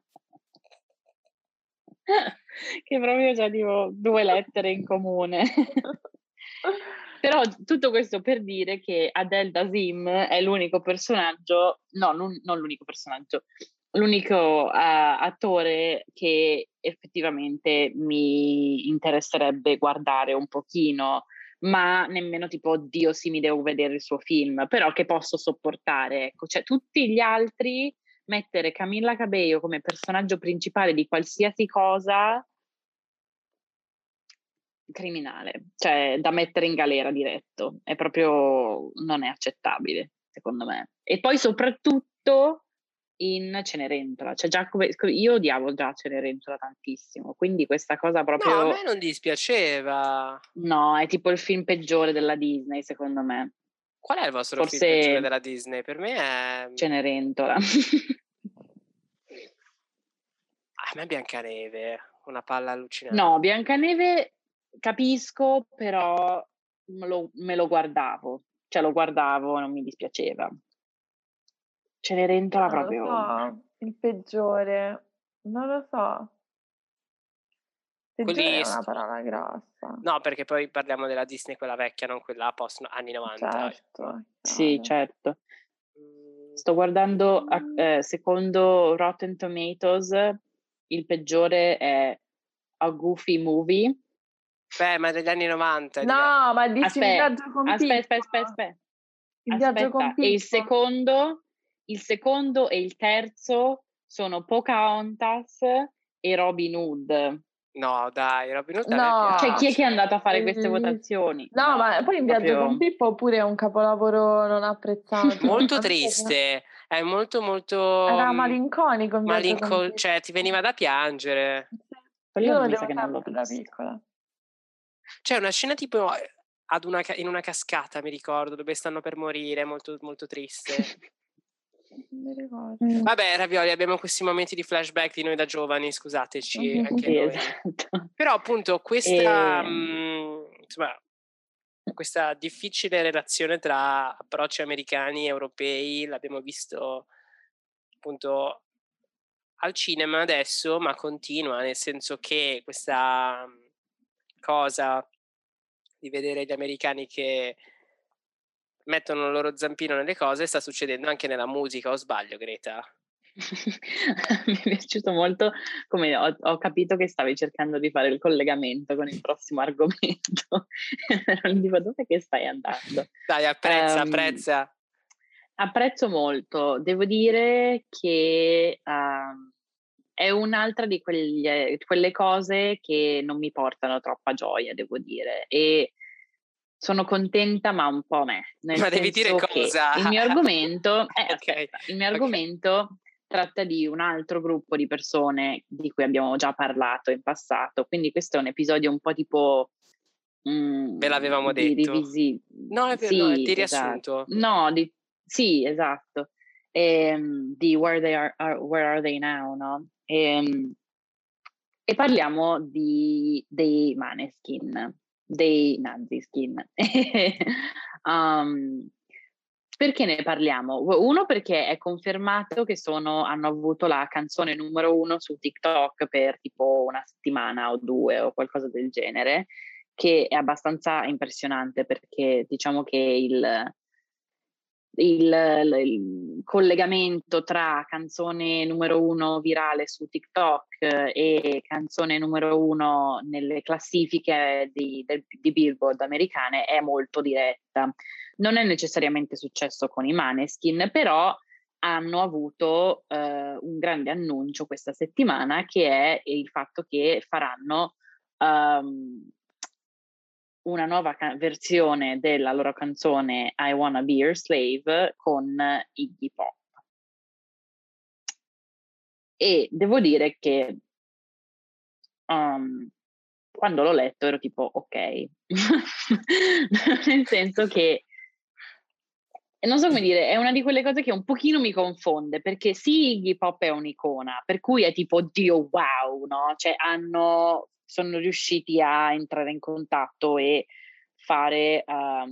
Che proprio c'è tipo 2 lettere in comune. Però tutto questo per dire che Adele Dazeem è l'unico personaggio, non l'unico personaggio, l'unico attore che effettivamente mi interesserebbe guardare un pochino, ma nemmeno tipo, oddio sì, mi devo vedere il suo film, però che posso sopportare, ecco. Cioè tutti gli altri, mettere Camilla Cabello come personaggio principale di qualsiasi cosa, criminale, cioè da mettere in galera diretto, è proprio, non è accettabile secondo me. E poi soprattutto in Cenerentola, cioè già io odiavo già Cenerentola tantissimo, quindi questa cosa proprio... No, a me non dispiaceva. No, è tipo il film peggiore della Disney secondo me. Qual è il vostro film peggiore della Disney? Per me è... Cenerentola. A me Biancaneve, una palla allucinante. No, Biancaneve capisco, però me lo guardavo, cioè lo guardavo, non mi dispiaceva. Cenerentola proprio... Non lo so, il peggiore, non lo so. Peggiore è una parola grossa. No, perché poi parliamo della Disney, quella vecchia, non quella post anni 90. Certo. Sì, certo. Sto guardando, secondo Rotten Tomatoes, il peggiore è A Goofy Movie. Beh, ma degli anni 90. No, ma dici il viaggio con Pippo. Aspetta. Il viaggio con Pippo. E il secondo e il terzo sono Pocahontas e Robin Hood. No, dai, Robin Hood no, cioè chi è che è andato a fare queste votazioni? No, ma poi in viaggio con Pippo pure è un capolavoro non apprezzato. Molto triste, è molto era malinconico in viaggio con Pippo. Cioè ti veniva da piangere. Io mi sa che non l'ho visto. Da piccola. C'è una scena tipo in una cascata, mi ricordo, dove stanno per morire, molto, molto triste. Mi ricordo. Vabbè, Ravioli, abbiamo questi momenti di flashback di noi da giovani, scusateci, anche noi. Esatto. Però appunto questa insomma, questa difficile relazione tra approcci americani e europei l'abbiamo visto appunto al cinema adesso, ma continua, nel senso che questa cosa di vedere gli americani che mettono il loro zampino nelle cose sta succedendo anche nella musica, o sbaglio, Greta? Mi è piaciuto molto come ho capito che stavi cercando di fare il collegamento con il prossimo argomento. Tipo, dove che stai andando? Dai, apprezza. Apprezzo molto. Devo dire che è un'altra di quelle cose che non mi portano troppa gioia, devo dire. E sono contenta, ma un po' me. Ma devi dire cosa? Il mio argomento, Okay. il mio argomento tratta di un altro gruppo di persone di cui abbiamo già parlato in passato, quindi questo è un episodio un po' tipo Ve l'avevamo di detto. No, è no, è sì, di esatto. riassunto. No, sì, esatto. Di Where Are They Now, no? E parliamo dei Maneskin, dei Naziskin. Perché ne parliamo? Uno, perché è confermato che hanno avuto la canzone numero 1 su TikTok per tipo una settimana o 2 o qualcosa del genere, che è abbastanza impressionante perché diciamo che il collegamento tra canzone numero 1 virale su TikTok e canzone numero 1 nelle classifiche di Billboard americane è molto diretta. Non è necessariamente successo con i Maneskin, però hanno avuto un grande annuncio questa settimana, che è il fatto che faranno una nuova versione della loro canzone I Wanna Be Your Slave con Iggy Pop. E devo dire che quando l'ho letto ero tipo ok, nel senso che non so come dire, è una di quelle cose che un pochino mi confonde, perché sì, Iggy Pop è un'icona, per cui è tipo, oddio, wow, no? Cioè sono riusciti a entrare in contatto e fare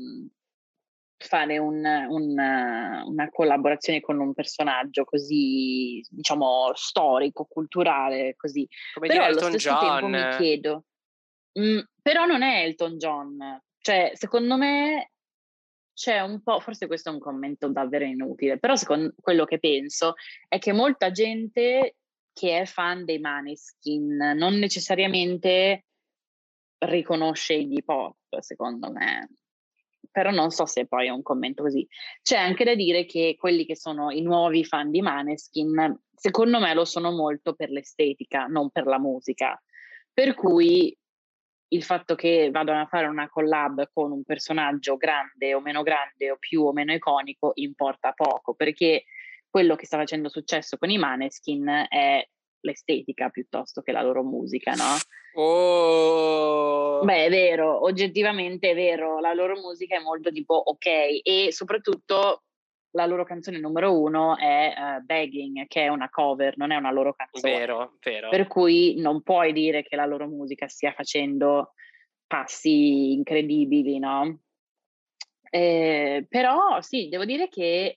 una collaborazione con un personaggio così, diciamo, storico, culturale, così. Come Però dire allo Elton stesso tempo mi John. chiedo, però non è Elton John, cioè secondo me c'è un po', forse questo è un commento davvero inutile, però secondo quello che penso è che molta gente che è fan dei Maneskin non necessariamente riconosce Iggy Pop, secondo me. Però non so se poi è un commento così. C'è anche da dire che quelli che sono i nuovi fan di Maneskin, secondo me lo sono molto per l'estetica, non per la musica. Per cui il fatto che vadano a fare una collab con un personaggio grande o più o meno iconico importa poco, perché quello che sta facendo successo con i Maneskin è l'estetica piuttosto che la loro musica, no? Oh. Beh, è vero, oggettivamente è vero, la loro musica è molto tipo ok, e soprattutto la loro canzone numero 1 è Begging, che è una cover, non è una loro canzone. Vero, vero. Per cui non puoi dire che la loro musica stia facendo passi incredibili, no? Però sì, devo dire che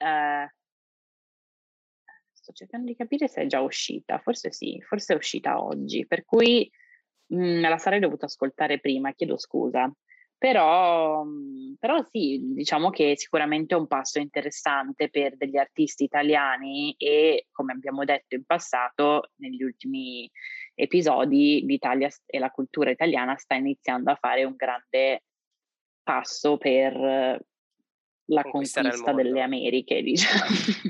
sto cercando di capire se è già uscita, forse sì, forse è uscita oggi, per cui me la sarei dovuta ascoltare prima, chiedo scusa. Però sì, diciamo che sicuramente è un passo interessante per degli artisti italiani e, come abbiamo detto in passato, negli ultimi episodi, l'Italia e la cultura italiana sta iniziando a fare un grande passo per la Conquistare il conquista mondo. delle Americhe, diciamo.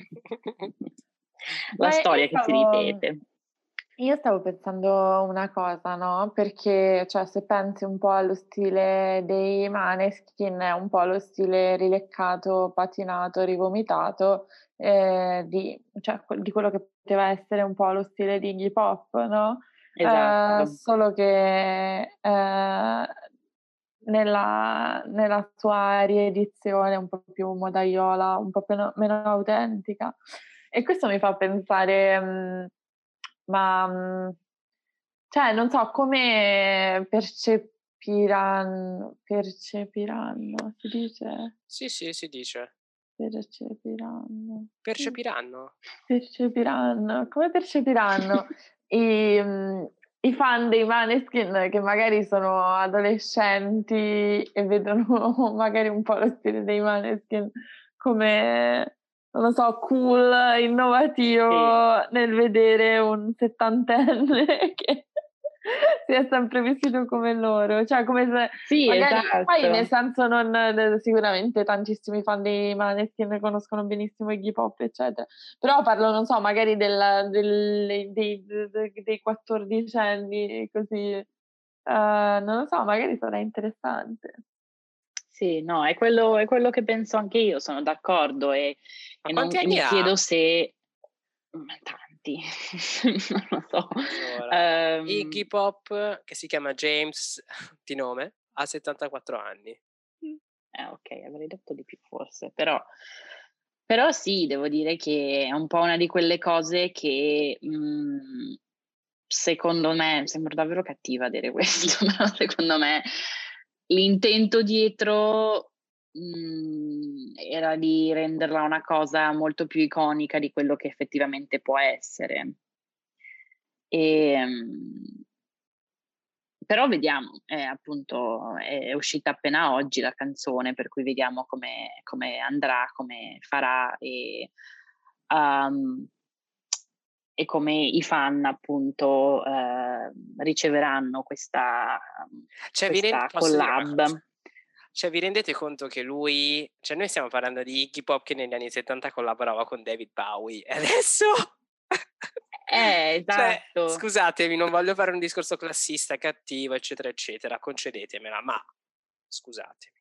La storia che si ripete. Io stavo pensando una cosa, no? Perché, cioè, se pensi un po' allo stile dei Maneskin, è un po' lo stile rileccato, patinato, rivomitato, di quello che poteva essere un po' lo stile di Iggy Pop, no? Esatto. Solo che nella sua riedizione un po' più modaiola, un po' meno autentica. E questo mi fa pensare, cioè non so come percepiranno, si dice? Sì, si dice. Percepiranno. Come percepiranno i fan dei Maneskin che magari sono adolescenti e vedono magari un po' lo stile dei Maneskin come, non lo so, cool, innovativo, Sì. nel vedere un settantenne che si è sempre vestito come loro, cioè come se Sì, magari poi nel esatto. senso sicuramente tantissimi fan dei Maneskin conoscono benissimo Iggy Pop, eccetera, però parlo, non so, magari dei 14 anni così, non lo so, magari sarà interessante. Sì, no, è quello che penso anche io, sono d'accordo Ma quanti anni mi ha? chiedo se avanti, non lo so. Allora, Iggy Pop, che si chiama James di nome, ha 74 anni. Ok, avrei detto di più forse, però sì, devo dire che è un po' una di quelle cose che secondo me, sembra davvero cattiva a dire questo, però secondo me l'intento dietro era di renderla una cosa molto più iconica di quello che effettivamente può essere. Però vediamo, appunto è uscita appena oggi la canzone, per cui vediamo come andrà, come farà e come i fan appunto riceveranno questa collab. Cioè, vi rendete conto che lui, cioè noi stiamo parlando di Iggy Pop che negli anni 70 collaborava con David Bowie e adesso esatto. Cioè, scusatemi, non voglio fare un discorso classista, cattivo, eccetera, eccetera, concedetemela, ma scusatemi,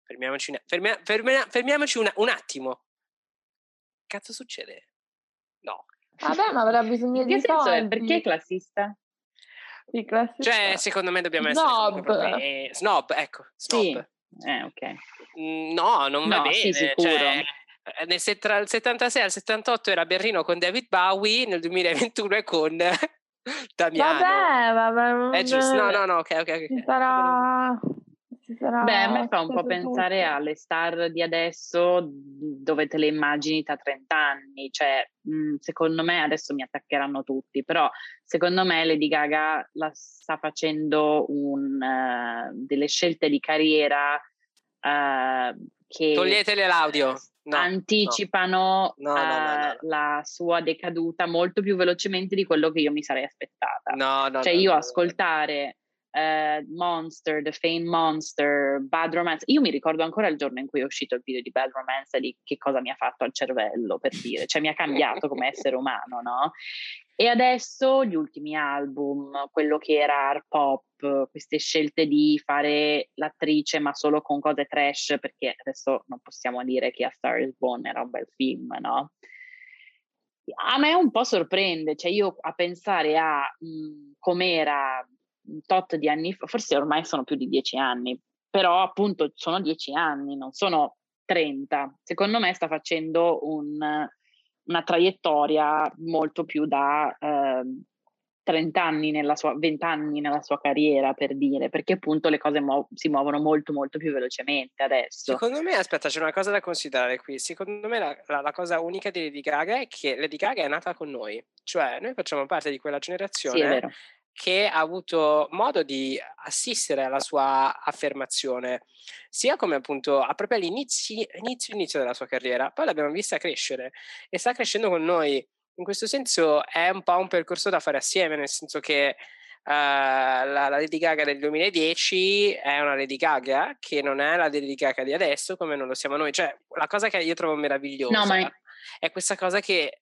fermiamoci un attimo. Che cazzo succede? No. Vabbè, ma avrà bisogno In che di senso è? soldi. Perché classista? Sì, classista. Cioè, secondo me dobbiamo essere comunque snob, ecco, snob. Sì, ok. No, non va bene. Sì, sicuro. Cioè, tra il 76 e il 78 era a Berlino con David Bowie, nel 2021 è con Damiano. Vabbè, È giusto, no, ok. Si sarà Beh, a me fa un po' speso pensare tutto. alle star di adesso dove te le immagini tra 30 anni, cioè secondo me adesso mi attaccheranno tutti, però secondo me Lady Gaga la sta facendo delle scelte di carriera che Toglietele l'audio. No, anticipano no. la sua decaduta molto più velocemente di quello che io mi sarei aspettata. Cioè io ascoltare Monster, The Fame Monster, Bad Romance, io mi ricordo ancora il giorno in cui è uscito il video di Bad Romance e di che cosa mi ha fatto al cervello, per dire, cioè mi ha cambiato come essere umano, no? E adesso gli ultimi album, quello che era art pop, queste scelte di fare l'attrice ma solo con cose trash, perché adesso non possiamo dire che A Star is Born era un bel film, no? A me un po' sorprende, cioè io a pensare a com'era un tot di anni fa, forse ormai sono più di 10 anni, però appunto sono 10 anni, non sono 30. Secondo me sta facendo una traiettoria molto più da 30 anni 20 anni nella sua carriera, per dire, perché appunto le cose si muovono molto molto più velocemente adesso. Secondo me, aspetta, c'è una cosa da considerare qui. Secondo me la cosa unica di Lady Gaga è che Lady Gaga è nata con noi, cioè noi facciamo parte di quella generazione Sì, è vero. che ha avuto modo di assistere alla sua affermazione, sia come appunto proprio all'inizio della sua carriera, poi l'abbiamo vista crescere e sta crescendo con noi. In questo senso è un po' un percorso da fare assieme, nel senso che la Lady Gaga del 2010 è una Lady Gaga che non è la Lady Gaga di adesso, come non lo siamo noi. Cioè, la cosa che io trovo meravigliosa è questa cosa che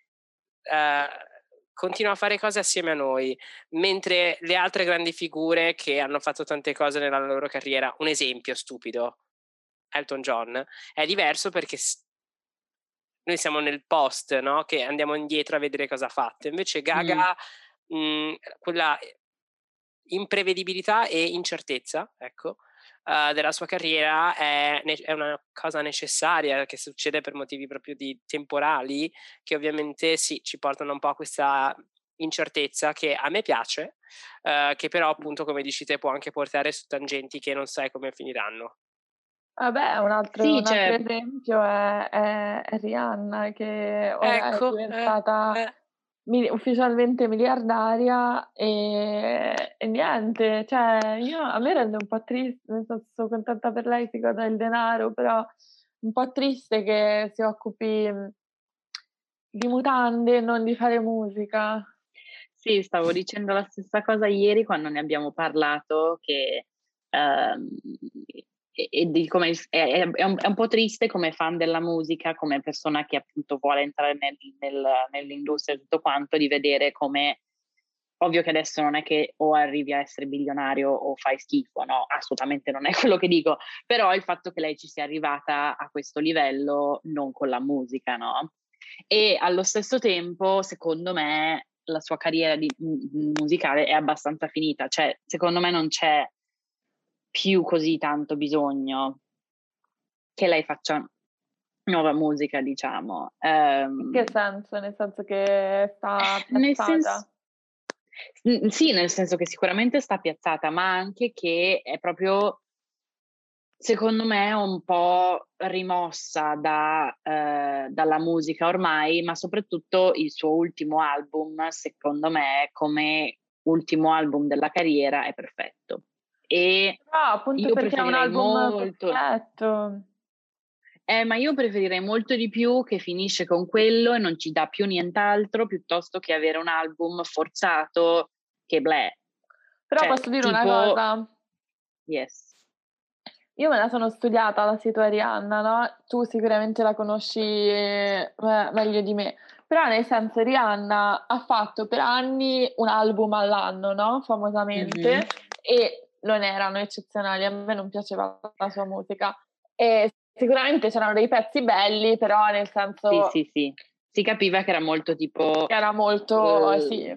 continua a fare cose assieme a noi, mentre le altre grandi figure che hanno fatto tante cose nella loro carriera, un esempio stupido, Elton John, è diverso perché noi siamo nel post, no? Che andiamo indietro a vedere cosa ha fatto. Invece Gaga, quella imprevedibilità e incertezza, ecco, della sua carriera è una cosa necessaria che succede per motivi proprio temporali, che ovviamente sì, ci portano un po' a questa incertezza che a me piace, che però appunto, come dici te, può anche portare su tangenti che non sai come finiranno. Vabbè, un altro esempio è Rihanna, che ora è diventata ufficialmente miliardaria e niente, cioè a me rende un po' triste, nel senso sono contenta per lei, si goda il denaro, però un po' triste che si occupi di mutande e non di fare musica. Sì, stavo dicendo la stessa cosa ieri quando ne abbiamo parlato, che di come è un po' triste come fan della musica, come persona che appunto vuole entrare nell'industria e tutto quanto, di vedere come, ovvio che adesso non è che o arrivi a essere milionario o fai schifo, no, assolutamente non è quello che dico, però il fatto che lei ci sia arrivata a questo livello non con la musica, no? E allo stesso tempo, secondo me, la sua carriera musicale è abbastanza finita, cioè secondo me non c'è più così tanto bisogno che lei faccia nuova musica, diciamo. In che senso? Nel senso che sta Nel piazzata? sì, nel senso che sicuramente sta piazzata, ma anche che è proprio, secondo me, un po' rimossa dalla musica ormai, ma soprattutto il suo ultimo album, secondo me, come ultimo album della carriera, è perfetto. E No, appunto io perché è un preferirei album molto, perfetto. ma io preferirei molto di più che finisce con quello e non ci dà più nient'altro, piuttosto che avere un album forzato che bleh. Però Cioè, posso dire una tipo, cosa? yes. Io me la sono studiata la situa Rihanna, no? Tu sicuramente la conosci meglio di me. Però nel senso Rihanna ha fatto per anni un album all'anno, no? Famosamente. Mhm. E non erano eccezionali, a me non piaceva la sua musica. E sicuramente c'erano dei pezzi belli, però nel senso Sì. Si capiva che era molto tipo era molto, sì,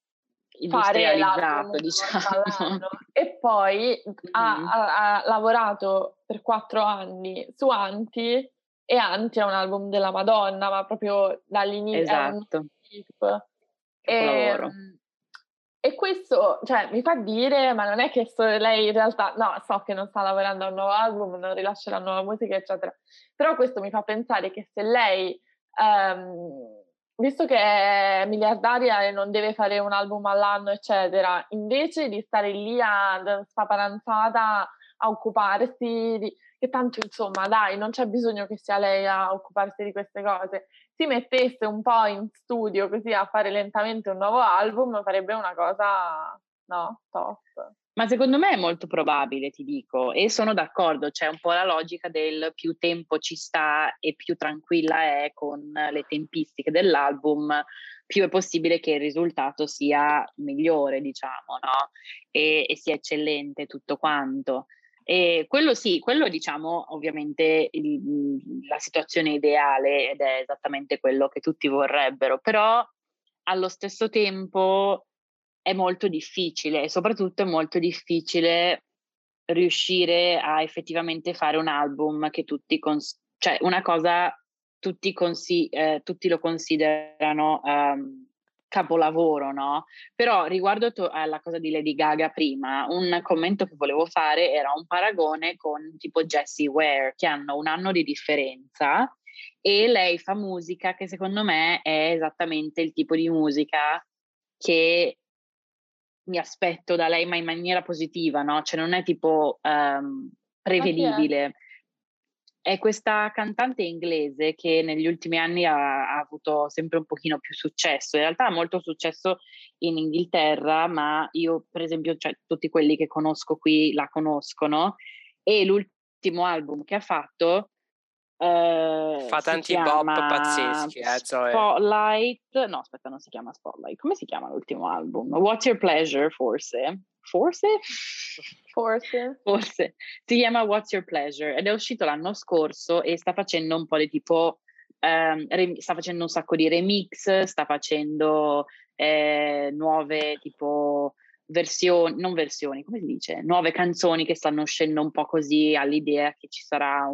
fare l'album industrializzato, una volta diciamo. all'anno. E poi Mhm. ha lavorato per 4 anni su Anti, e Anti è un album della Madonna, ma proprio dall'inizio è un Esatto, hit. capolavoro. E questo, cioè, mi fa dire, ma non è che lei in realtà, no, so che non sta lavorando a un nuovo album, non rilascerà nuova musica, eccetera, però questo mi fa pensare che se lei, visto che è miliardaria e non deve fare un album all'anno, eccetera, invece di stare lì a spaparanzata a occuparsi di, che tanto insomma, dai, non c'è bisogno che sia lei a occuparsi di queste cose, si mettesse un po' in studio così a fare lentamente un nuovo album, farebbe una cosa, no, top. Ma secondo me è molto probabile, ti dico, e sono d'accordo, c'è un po' la logica del più tempo ci sta e più tranquilla è con le tempistiche dell'album, più è possibile che il risultato sia migliore, diciamo, no? E sia eccellente tutto quanto. E quello sì, quello diciamo ovviamente la situazione ideale ed è esattamente quello che tutti vorrebbero, però allo stesso tempo è molto difficile e soprattutto è molto difficile riuscire a effettivamente fare un album che tutti cioè una cosa tutti lo considerano capolavoro, no? Però riguardo alla cosa di Lady Gaga prima, un commento che volevo fare era un paragone con tipo Jessie Ware, che hanno un anno di differenza e lei fa musica che secondo me è esattamente il tipo di musica che mi aspetto da lei, ma in maniera positiva, no? Cioè non è tipo Ma chi è? prevedibile. È questa cantante inglese che negli ultimi anni ha avuto sempre un pochino più successo. In realtà ha molto successo in Inghilterra, ma io, per esempio, cioè, tutti quelli che conosco qui la conoscono. E l'ultimo album che ha fatto Fa si tanti bop chiama pazzeschi, Zoe. Spotlight. No, aspetta, non si chiama Spotlight. Come si chiama l'ultimo album? What's Your Pleasure, forse? Forse? Forse? Forse. Si chiama What's Your Pleasure ed è uscito l'anno scorso e sta facendo un po' di tipo, sta facendo un sacco di remix, sta facendo nuove tipo non versioni, come si dice? Nuove canzoni che stanno uscendo un po' così all'idea che ci sarà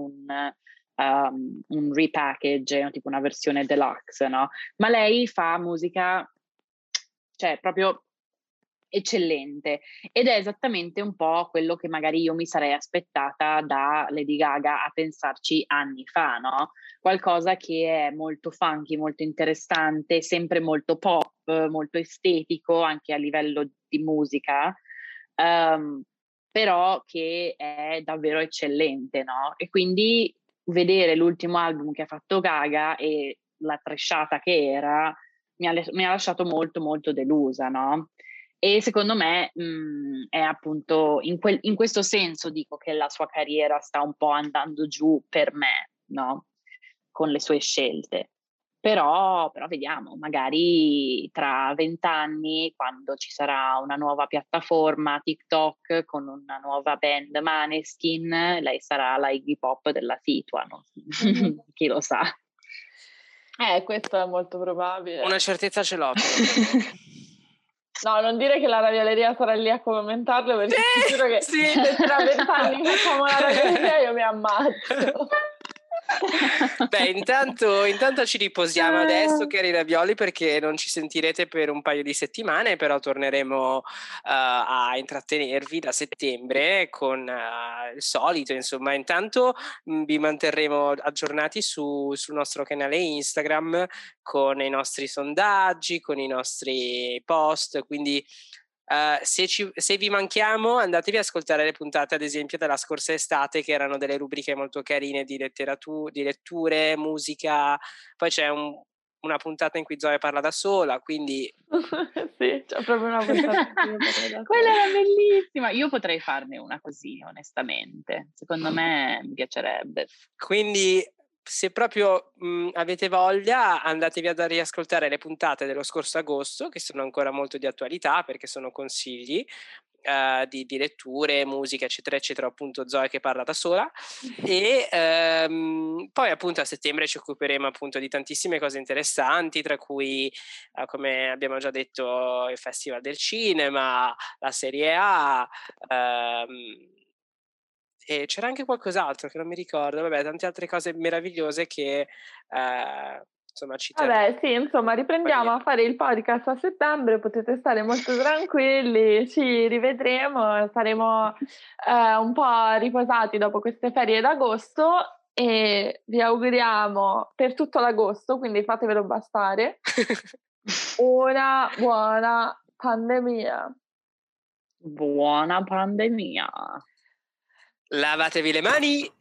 un repackage, tipo una versione deluxe, no? Ma lei fa musica, cioè proprio eccellente ed è esattamente un po' quello che magari io mi sarei aspettata da Lady Gaga a pensarci anni fa, no? Qualcosa che è molto funky, molto interessante, sempre molto pop, molto estetico anche a livello di musica, però che è davvero eccellente, no? E quindi vedere l'ultimo album che ha fatto Gaga e la tresciata che era mi ha lasciato molto molto delusa, no? E secondo me è appunto in questo senso dico che la sua carriera sta un po' andando giù per me, no? Con le sue scelte. Però vediamo, magari tra 20 anni, quando ci sarà una nuova piattaforma, TikTok, con una nuova band Maneskin, lei sarà la Iggy Pop della situa, no? Mhm. Chi lo sa. Questo è molto probabile. Una certezza ce l'ho. No, non dire che la ravioleria sarà lì a commentarlo, perché ti giuro che se tra 20 anni facciamo la ravioleria io mi ammazzo. Beh, intanto ci riposiamo adesso, cari ravioli, perché non ci sentirete per un paio di settimane, però torneremo a intrattenervi da settembre con il solito, insomma. Intanto vi manterremo aggiornati sul nostro canale Instagram con i nostri sondaggi, con i nostri post, quindi se vi manchiamo, andatevi ad ascoltare le puntate, ad esempio, della scorsa estate, che erano delle rubriche molto carine di di letture, musica. Poi c'è una puntata in cui Zoe parla da sola, quindi sì, c'è proprio una puntata. Quella era bellissima. Io potrei farne una così, onestamente. Secondo me mi piacerebbe. Quindi, se proprio avete voglia, andatevi a riascoltare le puntate dello scorso agosto, che sono ancora molto di attualità, perché sono consigli di letture, musica, eccetera, eccetera, appunto Zoe che parla da sola. E poi appunto a settembre ci occuperemo appunto di tantissime cose interessanti, tra cui, come abbiamo già detto, il Festival del Cinema, la Serie A, e c'era anche qualcos'altro che non mi ricordo, vabbè, tante altre cose meravigliose che insomma ci terremo. Vabbè, sì, insomma, riprendiamo a fare il podcast a settembre, potete stare molto tranquilli, ci rivedremo, saremo un po' riposati dopo queste ferie d'agosto e vi auguriamo per tutto l'agosto, quindi fatevelo bastare, una buona pandemia. Buona pandemia. Lavatevi le mani